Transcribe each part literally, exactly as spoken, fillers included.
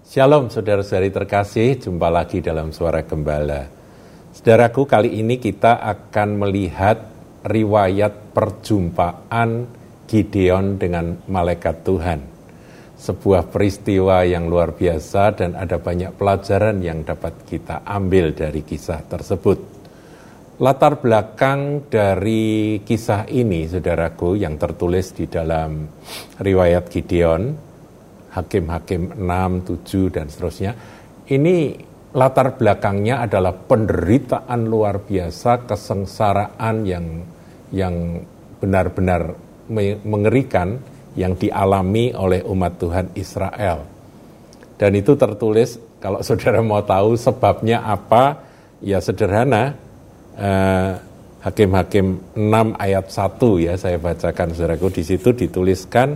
Shalom saudara-saudari terkasih, jumpa lagi dalam Suara Gembala. Saudaraku, kali ini kita akan melihat riwayat perjumpaan Gideon dengan malaikat Tuhan. Sebuah peristiwa yang luar biasa dan ada banyak pelajaran yang dapat kita ambil dari kisah tersebut. Latar belakang dari kisah ini, saudaraku, yang tertulis di dalam riwayat Gideon, Hakim-Hakim enam, tujuh, dan seterusnya. Ini latar belakangnya adalah penderitaan luar biasa, kesengsaraan yang yang benar-benar mengerikan yang dialami oleh umat Tuhan Israel. Dan itu tertulis, kalau saudara mau tahu sebabnya apa, ya sederhana, eh, Hakim-Hakim enam ayat satu ya, saya bacakan saudaraku, di situ dituliskan,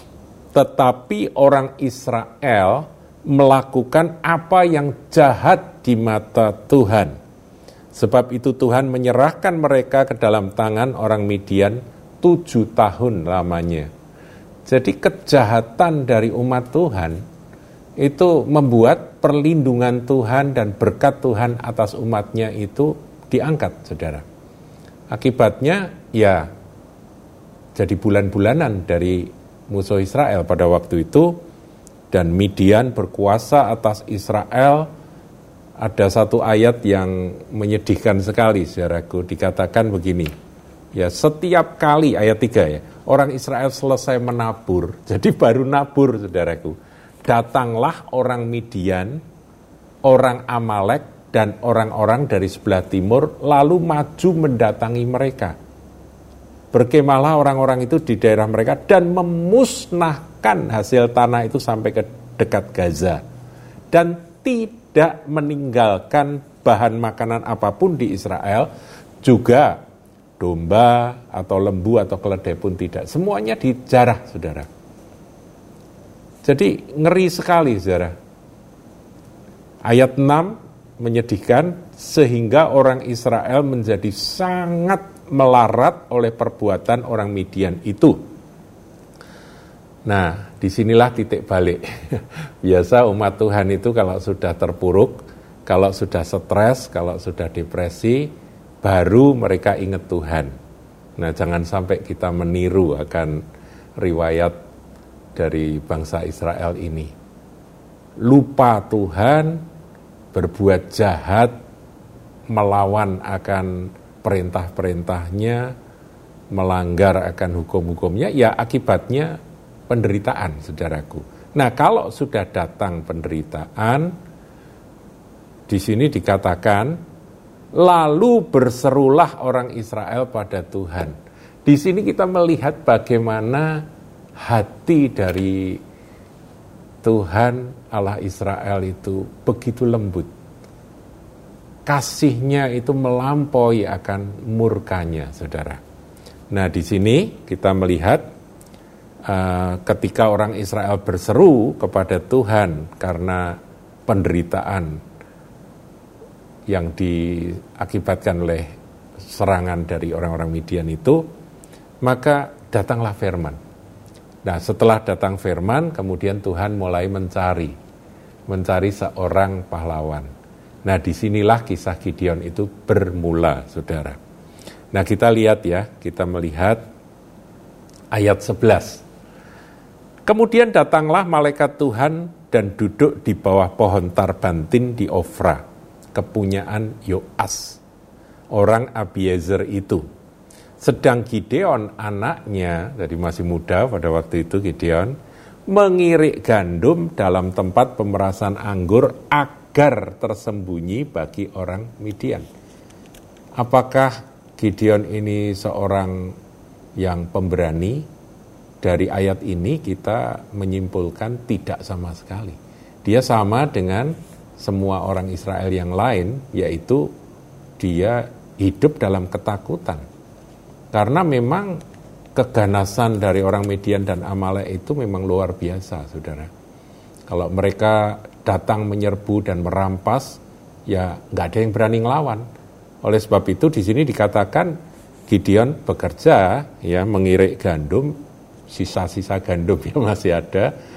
tetapi orang Israel melakukan apa yang jahat di mata Tuhan. Sebab itu Tuhan menyerahkan mereka ke dalam tangan orang Midian tujuh tahun lamanya. Jadi kejahatan dari umat Tuhan itu membuat perlindungan Tuhan dan berkat Tuhan atas umatnya itu diangkat, saudara. Akibatnya ya jadi bulan-bulanan dari musuh Israel pada waktu itu, dan Midian berkuasa atas Israel. Ada satu ayat yang menyedihkan sekali, saudaraku, dikatakan begini, ya setiap kali, ayat tiga ya, orang Israel selesai menabur, jadi baru nabur, saudaraku, datanglah orang Midian, orang Amalek, dan orang-orang dari sebelah timur, lalu maju mendatangi mereka. Berkemahlah orang-orang itu di daerah mereka dan memusnahkan hasil tanah itu sampai ke dekat Gaza. Dan tidak meninggalkan bahan makanan apapun di Israel, juga domba atau lembu atau keledai pun tidak. Semuanya dijarah, saudara. Jadi ngeri sekali, saudara. Ayat enam menyedihkan, sehingga orang Israel menjadi sangat melarat oleh perbuatan orang Midian itu. Nah, disinilah titik balik. Biasa umat Tuhan itu kalau sudah terpuruk, kalau sudah stres, kalau sudah depresi, baru mereka ingat Tuhan. Nah, jangan sampai kita meniru akan riwayat dari bangsa Israel ini. Lupa Tuhan, berbuat jahat, melawan akan perintah-perintahnya, melanggar akan hukum-hukumnya, ya akibatnya penderitaan, saudaraku. Nah, kalau sudah datang penderitaan, di sini dikatakan, lalu berserulah orang Israel pada Tuhan. Di sini kita melihat bagaimana hati dari Tuhan Allah Israel itu begitu lembut. Kasihnya itu melampaui akan murkanya, saudara. Nah, di sini kita melihat uh, ketika orang Israel berseru kepada Tuhan karena penderitaan yang diakibatkan oleh serangan dari orang-orang Midian itu, maka datanglah firman. Nah, setelah datang firman, kemudian Tuhan mulai mencari, mencari seorang pahlawan. Nah, disinilah kisah Gideon itu bermula, saudara. Nah, kita lihat ya, kita melihat ayat sebelas. Kemudian datanglah malaikat Tuhan dan duduk di bawah pohon tarbantin di Ofra, kepunyaan Yoas, orang Abiezer itu. Sedang Gideon anaknya, jadi masih muda pada waktu itu Gideon, mengirik gandum dalam tempat pemerasan anggur agar tersembunyi bagi orang Midian. Apakah Gideon ini seorang yang pemberani? Dari ayat ini kita menyimpulkan tidak sama sekali. Dia sama dengan semua orang Israel yang lain, yaitu dia hidup dalam ketakutan. Karena memang keganasan dari orang Midian dan Amalek itu memang luar biasa, saudara. Kalau mereka datang menyerbu dan merampas, ya nggak ada yang berani ngelawan. Oleh sebab itu di sini dikatakan Gideon bekerja, ya mengirik gandum, sisa-sisa gandum yang masih ada,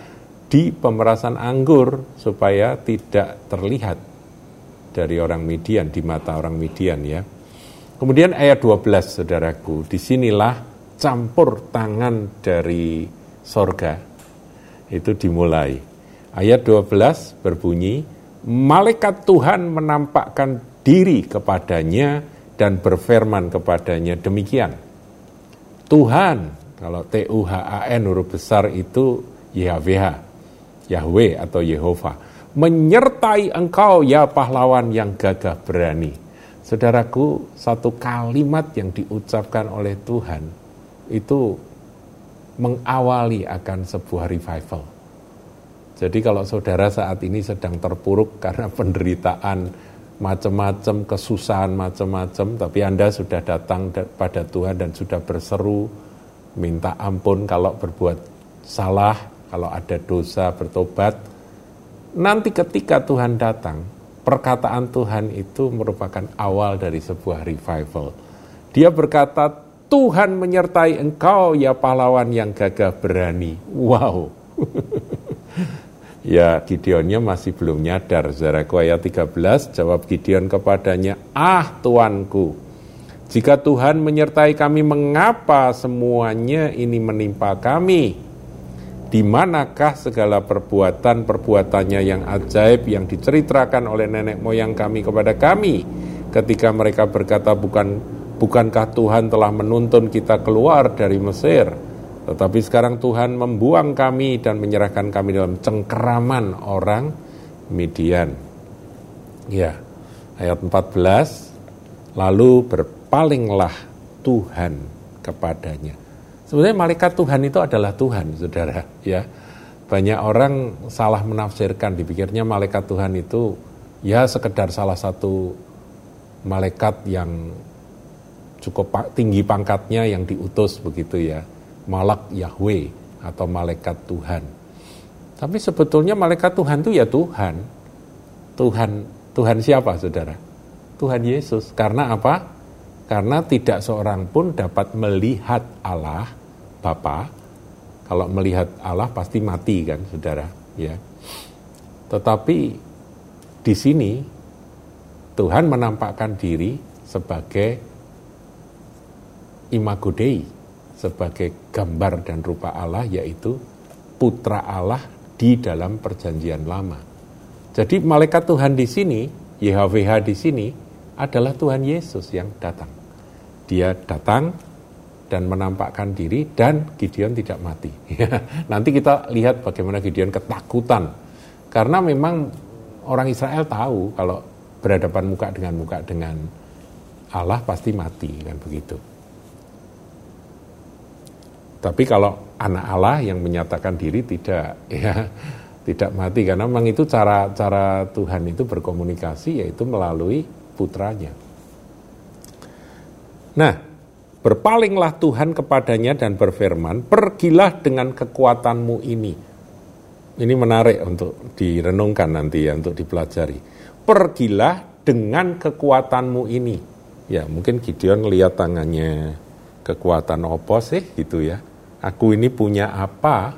di pemerasan anggur supaya tidak terlihat dari orang Midian, di mata orang Midian ya. Kemudian ayat dua belas, saudaraku, disinilah campur tangan dari sorga itu dimulai. Ayat dua belas berbunyi, malaikat Tuhan menampakkan diri kepadanya dan berfirman kepadanya demikian. Tuhan, kalau T U H A N huruf besar itu Yahweh, Yahweh atau Yehova, menyertai engkau ya pahlawan yang gagah berani. Saudaraku, satu kalimat yang diucapkan oleh Tuhan itu mengawali akan sebuah revival. Jadi kalau saudara saat ini sedang terpuruk karena penderitaan macam-macam, kesusahan macam-macam, tapi Anda sudah datang pada Tuhan dan sudah berseru, minta ampun kalau berbuat salah, kalau ada dosa, bertobat. Nanti ketika Tuhan datang, perkataan Tuhan itu merupakan awal dari sebuah revival. Dia berkata, Tuhan menyertai engkau ya pahlawan yang gagah berani. Wow. Ya, Gideonnya masih belum nyadar. Saudaraku, ayat tiga belas, jawab Gideon kepadanya, ah Tuanku, jika Tuhan menyertai kami, mengapa semuanya ini menimpa kami? Di manakah segala perbuatan-perbuatannya yang ajaib yang diceritakan oleh nenek moyang kami kepada kami ketika mereka berkata, bukan bukankah Tuhan telah menuntun kita keluar dari Mesir, tetapi sekarang Tuhan membuang kami dan menyerahkan kami dalam cengkeraman orang Midian. Ya, ayat empat belas, lalu berpalinglah Tuhan kepadanya. Sebenarnya malaikat Tuhan itu adalah Tuhan, saudara. Ya, banyak orang salah menafsirkan, dipikirnya malaikat Tuhan itu ya sekedar salah satu malaikat yang cukup tinggi pangkatnya yang diutus begitu ya, malak Yahweh atau malaikat Tuhan. Tapi sebetulnya malaikat Tuhan itu ya Tuhan. Tuhan, Tuhan siapa, saudara? Tuhan Yesus. Karena apa? Karena tidak seorang pun dapat melihat Allah Bapa. Kalau melihat Allah pasti mati kan, saudara, ya. Tetapi di sini Tuhan menampakkan diri sebagai imago Dei, sebagai gambar dan rupa Allah, yaitu putra Allah di dalam perjanjian lama. Jadi malaikat Tuhan di sini, Y H W H di sini adalah Tuhan Yesus yang datang. Dia datang dan menampakkan diri, dan Gideon tidak mati. Nanti kita lihat bagaimana Gideon ketakutan. Karena memang orang Israel tahu kalau berhadapan muka dengan muka dengan Allah pasti mati, kan begitu. Tapi kalau anak Allah yang menyatakan diri tidak, ya tidak mati, karena memang itu cara cara Tuhan itu berkomunikasi, yaitu melalui putranya. Nah, berpalinglah Tuhan kepadanya dan berfirman, pergilah dengan kekuatanmu ini. Ini menarik untuk direnungkan nanti ya, untuk dipelajari. Pergilah dengan kekuatanmu ini. Ya, mungkin Gideon lihat tangannya, kekuatan apa sih gitu ya. Aku ini punya apa?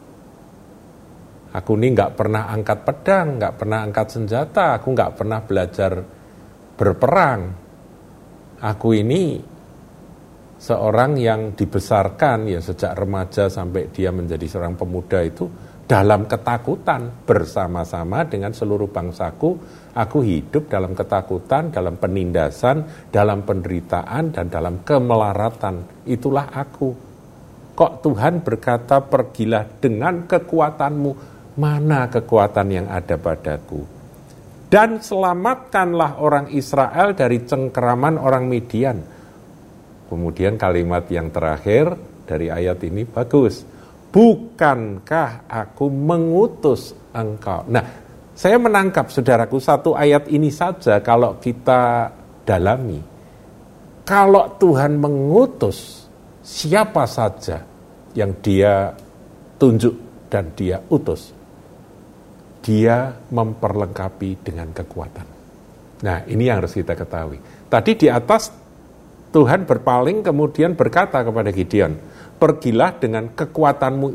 Aku ini gak pernah angkat pedang, gak pernah angkat senjata, aku gak pernah belajar berperang. Aku ini seorang yang dibesarkan ya sejak remaja sampai dia menjadi seorang pemuda itu dalam ketakutan bersama-sama dengan seluruh bangsaku. Aku hidup dalam ketakutan, dalam penindasan, dalam penderitaan, dan dalam kemelaratan. Itulah aku. Kok Tuhan berkata, pergilah dengan kekuatanmu? Mana kekuatan yang ada padaku? Dan selamatkanlah orang Israel dari cengkeraman orang Midian. Kemudian kalimat yang terakhir dari ayat ini bagus. Bukankah aku mengutus engkau? Nah, saya menangkap, saudaraku, satu ayat ini saja kalau kita dalami. Kalau Tuhan mengutus siapa saja yang dia tunjuk dan dia utus, dia memperlengkapi dengan kekuatan. Nah, ini yang harus kita ketahui. Tadi di atas Tuhan berpaling kemudian berkata kepada Gideon, pergilah dengan kekuatanmu ini.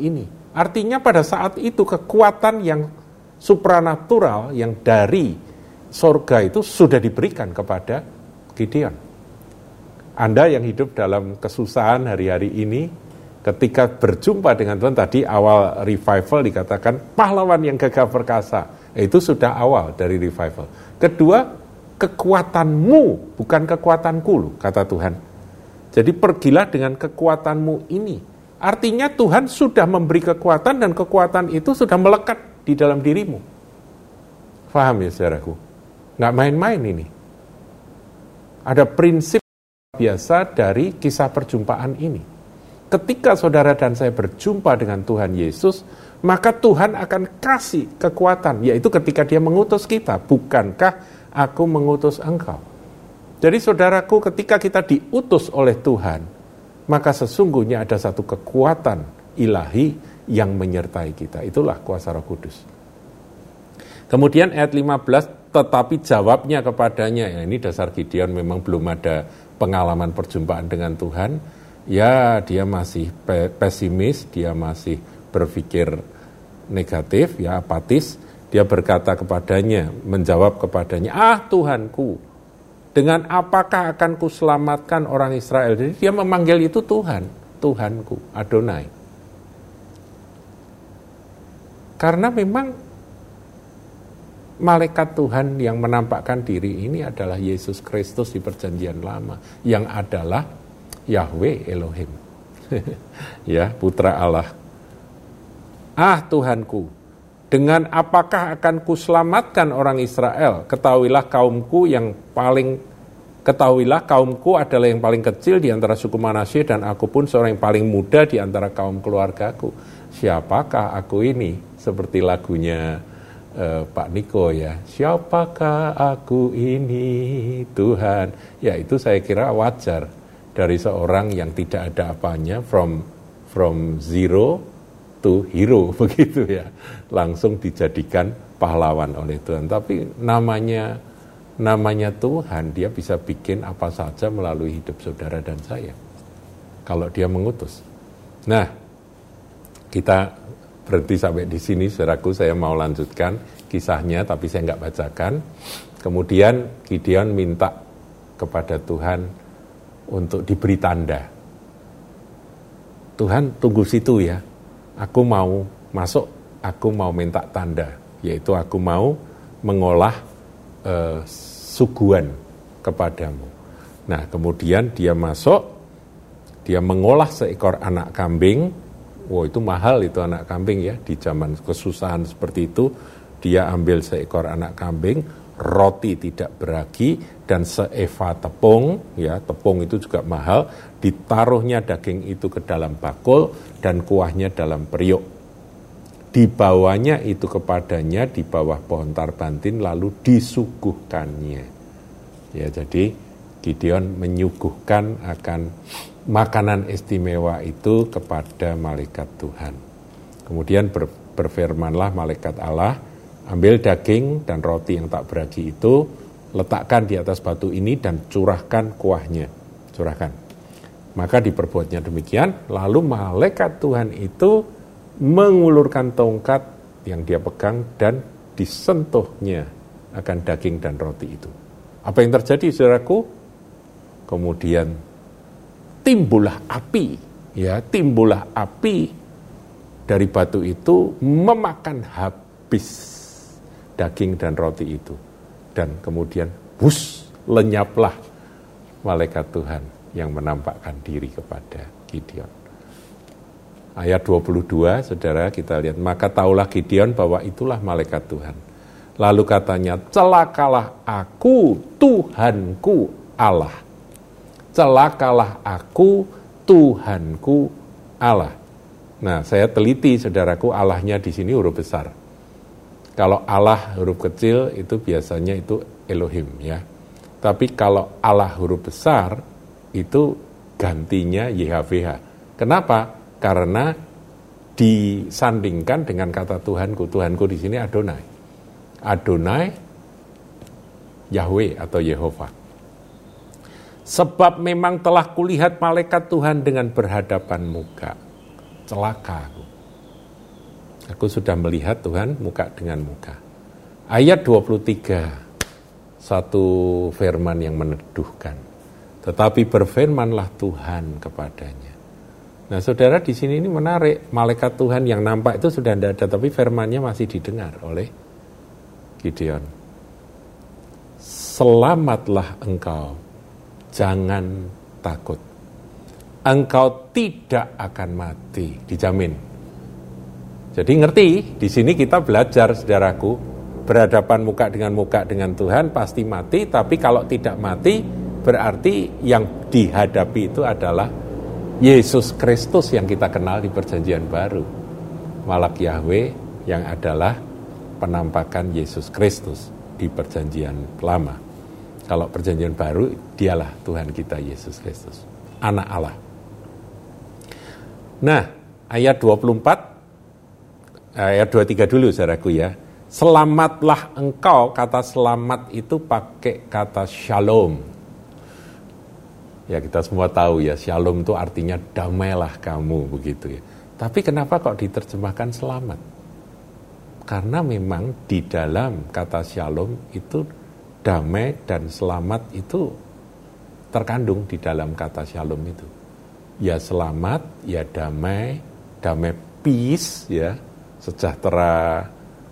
Artinya pada saat itu kekuatan yang supranatural yang dari sorga itu sudah diberikan kepada Gideon. Anda yang hidup dalam kesusahan hari-hari ini, ketika berjumpa dengan Tuhan, tadi awal revival dikatakan pahlawan yang gagah perkasa, itu sudah awal dari revival. Kedua, kekuatanmu bukan kekuatanku, kata Tuhan. Jadi pergilah dengan kekuatanmu ini. Artinya Tuhan sudah memberi kekuatan dan kekuatan itu sudah melekat di dalam dirimu. Faham ya saudaraku? Nggak main-main ini. Ada prinsip biasa dari kisah perjumpaan ini. Ketika saudara dan saya berjumpa dengan Tuhan Yesus, maka Tuhan akan kasih kekuatan, yaitu ketika Dia mengutus kita. Bukankah aku mengutus engkau? Jadi saudaraku, ketika kita diutus oleh Tuhan, maka sesungguhnya ada satu kekuatan ilahi yang menyertai kita. Itulah kuasa Roh Kudus. Kemudian ayat lima belas, tetapi jawabnya kepadanya, ya ini dasar Gideon, memang belum ada pengalaman perjumpaan dengan Tuhan, ya dia masih pesimis, dia masih berpikir negatif, ya apatis. Dia berkata kepadanya, menjawab kepadanya, ah Tuhanku, dengan apakah akan kuselamatkan orang Israel? Jadi dia memanggil itu Tuhan, Tuhanku, Adonai. Karena memang malaikat Tuhan yang menampakkan diri ini adalah Yesus Kristus di perjanjian lama, yang adalah Yahweh Elohim. Ya, putra Allah. Ah Tuhanku, dengan apakah akan kuselamatkan orang Israel? Ketahuilah kaumku yang paling ketahuilah kaumku adalah yang paling kecil di antara suku Manasye, dan aku pun seorang yang paling muda di antara kaum keluargaku. Siapakah aku ini? Seperti lagunya eh, Pak Niko ya. Siapakah aku ini Tuhan? Ya itu saya kira wajar dari seorang yang tidak ada apanya, from from zero to hero, begitu ya, langsung dijadikan pahlawan oleh Tuhan. Tapi namanya namanya Tuhan, Dia bisa bikin apa saja melalui hidup saudara dan saya, kalau Dia mengutus. Nah, kita berhenti sampai di sini, saudaraku. Saya mau lanjutkan kisahnya, tapi saya nggak bacakan. Kemudian Gideon minta kepada Tuhan untuk diberi tanda. Tuhan, tunggu situ ya. Aku mau masuk, aku mau minta tanda, yaitu aku mau mengolah eh, suguhan kepadamu. Nah, kemudian dia masuk, dia mengolah seekor anak kambing. Wow, itu mahal itu anak kambing ya, di zaman kesusahan seperti itu. Dia ambil seekor anak kambing, roti tidak beragi, dan seeva tepung, ya tepung itu juga mahal, ditaruhnya daging itu ke dalam bakul, dan kuahnya dalam periuk. Dibawanya itu kepadanya di bawah pohon tarbantin, lalu disuguhkannya. Ya, jadi Gideon menyuguhkan akan makanan istimewa itu kepada malaikat Tuhan. Kemudian ber, berfirmanlah malaikat Allah, ambil daging dan roti yang tak beragi itu, letakkan di atas batu ini dan curahkan kuahnya. Curahkan. Maka diperbuatnya demikian, lalu malaikat Tuhan itu mengulurkan tongkat yang dia pegang dan disentuhnya akan daging dan roti itu. Apa yang terjadi, saudaraku? Kemudian timbullah api, ya, timbullah api dari batu itu memakan habis daging dan roti itu. Dan kemudian bus, lenyaplah malaikat Tuhan yang menampakkan diri kepada Gideon. Ayat dua puluh dua, saudara, kita lihat. Maka taulah Gideon bahwa itulah malaikat Tuhan. Lalu katanya, celakalah aku, Tuhanku Allah. Celakalah aku, Tuhanku Allah. Nah, saya teliti, saudaraku, Allahnya di sini huruf besar. Kalau Allah huruf kecil itu biasanya itu Elohim, ya. Tapi kalau Allah huruf besar itu gantinya Y H W H. Kenapa? Karena disandingkan dengan kata Tuhanku. Tuhanku di sini Adonai. Adonai Yahweh atau Yehova. Sebab memang telah kulihat malaikat Tuhan dengan berhadapan muka. Celaka aku. Aku sudah melihat Tuhan muka dengan muka. Ayat dua puluh tiga, satu firman yang meneduhkan. Tetapi berfirmanlah Tuhan kepadanya. Nah saudara, di sini ini menarik. Malaikat Tuhan yang nampak itu sudah tidak ada, tapi firmannya masih didengar oleh Gideon. Selamatlah engkau, jangan takut. Engkau tidak akan mati, dijamin. Jadi ngerti, di sini kita belajar, saudaraku, berhadapan muka dengan muka dengan Tuhan pasti mati, tapi kalau tidak mati berarti yang dihadapi itu adalah Yesus Kristus yang kita kenal di perjanjian baru. Malak Yahweh yang adalah penampakan Yesus Kristus di perjanjian lama. Kalau perjanjian baru, dialah Tuhan kita Yesus Kristus, anak Allah. Nah, ayat dua puluh empat, ayat dua puluh tiga dulu saudaraku ya. Selamatlah engkau, kata selamat itu pakai kata shalom. Ya kita semua tahu ya, shalom itu artinya damailah kamu, begitu ya. Tapi kenapa kok diterjemahkan selamat? Karena memang di dalam kata shalom itu damai dan selamat itu terkandung di dalam kata shalom itu. Ya selamat, ya damai, damai peace ya, sejahtera,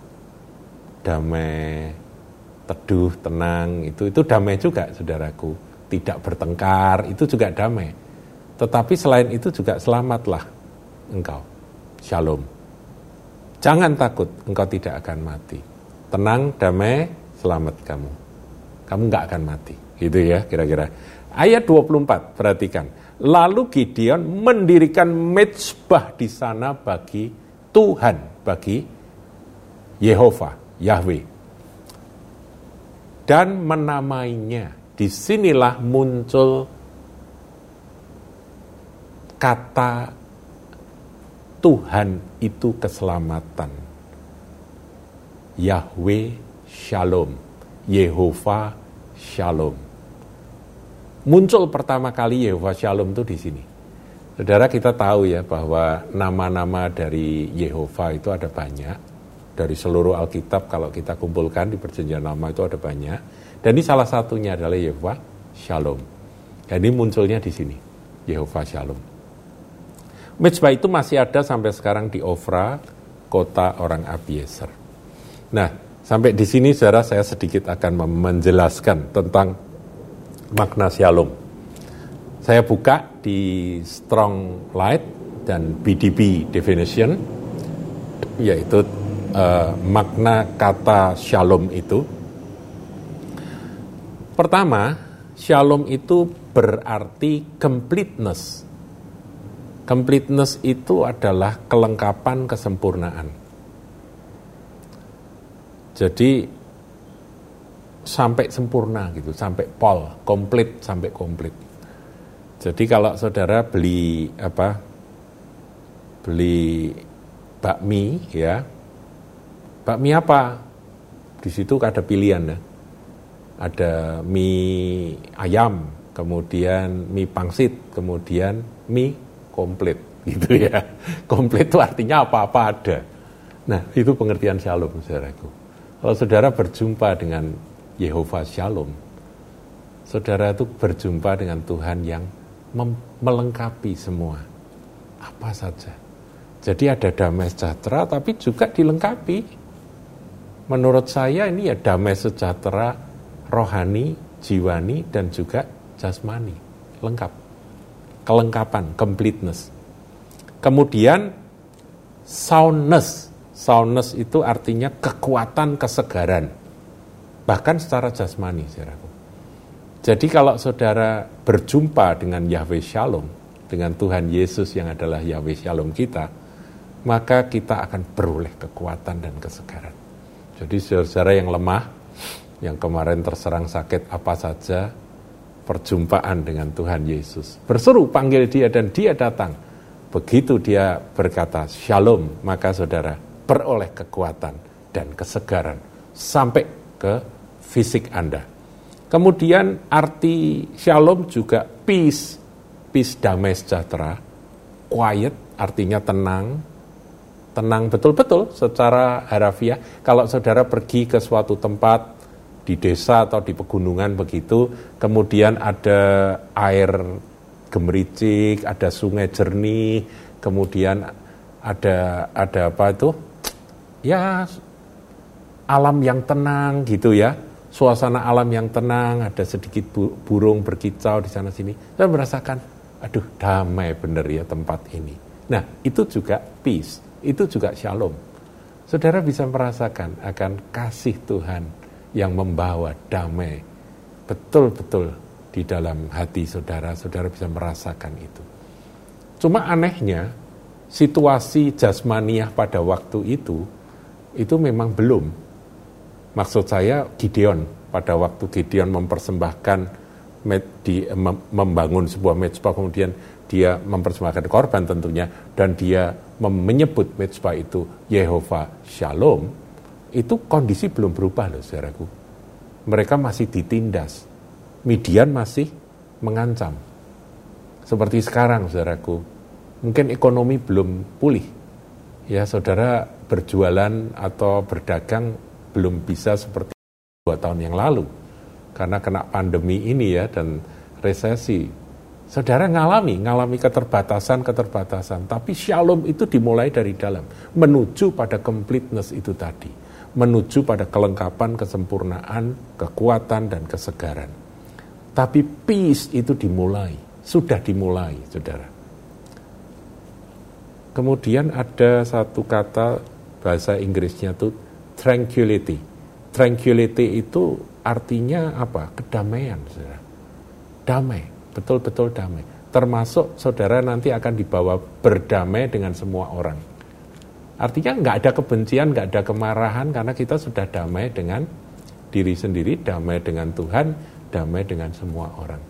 damai, teduh, tenang, itu itu damai juga saudaraku. Tidak bertengkar, itu juga damai. Tetapi selain itu juga selamatlah engkau, shalom. Jangan takut, engkau tidak akan mati. Tenang, damai, selamat kamu. Kamu nggak akan mati, gitu ya kira-kira. Ayat dua puluh empat, perhatikan. Lalu Gideon mendirikan mezbah di sana bagi Tuhan, bagi Yehova, Yahweh. Dan menamainya. Disinilah muncul kata Tuhan itu keselamatan. Yahweh Shalom, Yehova Shalom. Muncul pertama kali Yehova Shalom itu di sini. Saudara, kita tahu ya bahwa nama-nama dari Yehova itu ada banyak. Dari seluruh Alkitab kalau kita kumpulkan di perjanjian lama itu ada banyak. Dan ini salah satunya adalah Yehova Shalom. Dan ini munculnya di sini, Yehova Shalom. Mezbah itu masih ada sampai sekarang di Ofra, kota orang Abiezer. Nah, sampai di sini saudara saya sedikit akan menjelaskan tentang makna Shalom. Saya buka di Strong Light dan B D B Definition, yaitu uh, makna kata Shalom itu. Pertama, Shalom itu berarti completeness. Completeness itu adalah kelengkapan, kesempurnaan. Jadi sampai sempurna gitu, sampai pol, komplit sampai komplit. Jadi kalau saudara beli apa? Beli bakmi ya. Bakmi apa? Di situ ada pilihan ya. Ada mie ayam, kemudian mie pangsit, kemudian mie komplit, gitu ya. Komplit itu artinya apa-apa ada. Nah, itu pengertian Shalom, saudaraku. Kalau saudara berjumpa dengan Yehova Shalom, saudara itu berjumpa dengan Tuhan yang mem- melengkapi semua, apa saja. Jadi ada damai sejahtera, tapi juga dilengkapi. Menurut saya ini ya damai sejahtera rohani, jiwani, dan juga jasmani. Lengkap. Kelengkapan, completeness. Kemudian, soundness. Soundness itu artinya kekuatan, kesegaran. Bahkan secara jasmani, saudaraku. Jadi kalau saudara berjumpa dengan Yahweh Shalom, dengan Tuhan Yesus yang adalah Yahweh Shalom kita, maka kita akan beroleh kekuatan dan kesegaran. Jadi saudara yang lemah, yang kemarin terserang sakit apa saja, perjumpaan dengan Tuhan Yesus. Berseru, panggil dia dan dia datang. Begitu dia berkata Shalom, maka saudara beroleh kekuatan dan kesegaran sampai ke fisik Anda. Kemudian arti Shalom juga peace, peace damai sejahtera, quiet artinya tenang, tenang betul-betul secara harafiah. Kalau saudara pergi ke suatu tempat di desa atau di pegunungan begitu, kemudian ada air gemericik, ada sungai jernih, kemudian ada ada apa itu? Ya, alam yang tenang gitu ya. Suasana alam yang tenang, ada sedikit burung berkicau di sana sini. Saya merasakan, aduh damai bener ya tempat ini. Nah, itu juga peace, itu juga shalom. Saudara bisa merasakan akan kasih Tuhan yang membawa damai betul-betul di dalam hati saudara. Saudara bisa merasakan itu. Cuma anehnya, situasi jasmaniah pada waktu itu, itu memang belum. Maksud saya Gideon, pada waktu Gideon mempersembahkan, di, membangun sebuah mezbah, kemudian dia mempersembahkan korban tentunya, dan dia menyebut mezbah itu Yehovah Shalom, itu kondisi belum berubah loh saudaraku. Mereka masih ditindas, Midian masih mengancam. Seperti sekarang saudaraku, mungkin ekonomi belum pulih. Ya saudara berjualan atau berdagang belum bisa seperti dua tahun yang lalu. Karena kena pandemi ini ya dan resesi. Saudara ngalami, ngalami keterbatasan-keterbatasan. Tapi shalom itu dimulai dari dalam. Menuju pada completeness itu tadi. Menuju pada kelengkapan, kesempurnaan, kekuatan, dan kesegaran. Tapi peace itu dimulai. Sudah dimulai, saudara. Kemudian ada satu kata bahasa Inggrisnya itu tranquility. Tranquility itu artinya apa? Kedamaian, saudara. Damai, betul-betul damai. Termasuk saudara nanti akan dibawa berdamai dengan semua orang. Artinya nggak ada kebencian, nggak ada kemarahan, karena kita sudah damai dengan diri sendiri, damai dengan Tuhan, damai dengan semua orang.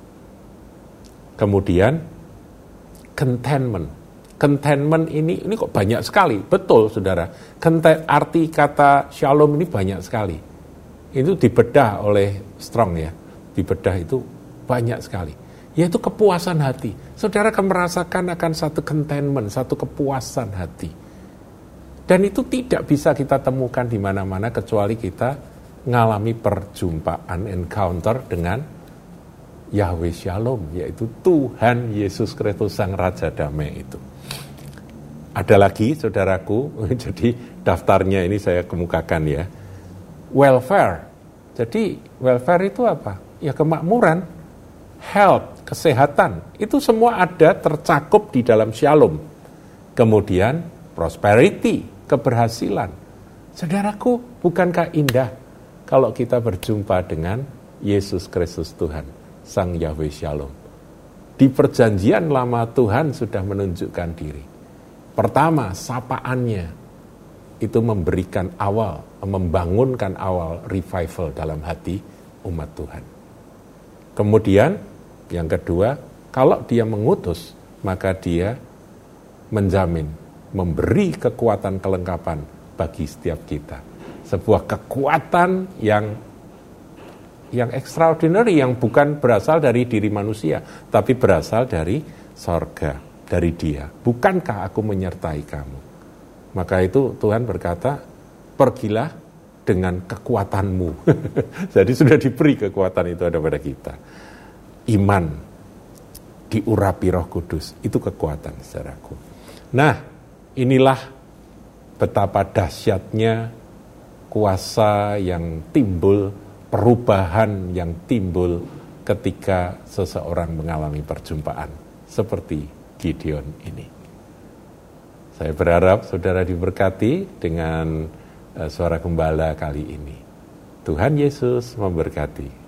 Kemudian contentment. Contentment ini ini kok banyak sekali, betul saudara. Content, arti kata shalom ini banyak sekali. Itu dibedah oleh Strong ya, dibedah itu banyak sekali. Yaitu kepuasan hati. Saudara akan merasakan akan satu contentment, satu kepuasan hati. Dan itu tidak bisa kita temukan di mana-mana kecuali kita ngalami perjumpaan, encounter dengan Yahweh Shalom, yaitu Tuhan Yesus Kristus Sang Raja Damai itu. Ada lagi saudaraku, jadi daftarnya ini saya kemukakan ya. Welfare. Jadi welfare itu apa? Ya kemakmuran, health, kesehatan. Itu semua ada tercakup di dalam Shalom. Kemudian prosperity, keberhasilan. Saudaraku, bukankah indah kalau kita berjumpa dengan Yesus Kristus Tuhan, Sang Yahweh Shalom. Di perjanjian lama Tuhan sudah menunjukkan diri. Pertama, sapaannya itu memberikan awal, membangunkan awal revival dalam hati umat Tuhan. Kemudian, yang kedua, kalau dia mengutus, maka dia menjamin, memberi kekuatan kelengkapan bagi setiap kita. Sebuah kekuatan yang yang extraordinary, yang bukan berasal dari diri manusia, tapi berasal dari sorga, dari Dia. Bukankah aku menyertai kamu? Maka itu Tuhan berkata, pergilah dengan kekuatanmu. Jadi sudah diberi kekuatan itu ada pada kita. Iman diurapi Roh Kudus, itu kekuatan saudaraku. Nah, inilah betapa dahsyatnya kuasa yang timbul, perubahan yang timbul ketika seseorang mengalami perjumpaan seperti Gideon ini. Saya berharap saudara diberkati dengan uh, suara gembala kali ini. Tuhan Yesus memberkati.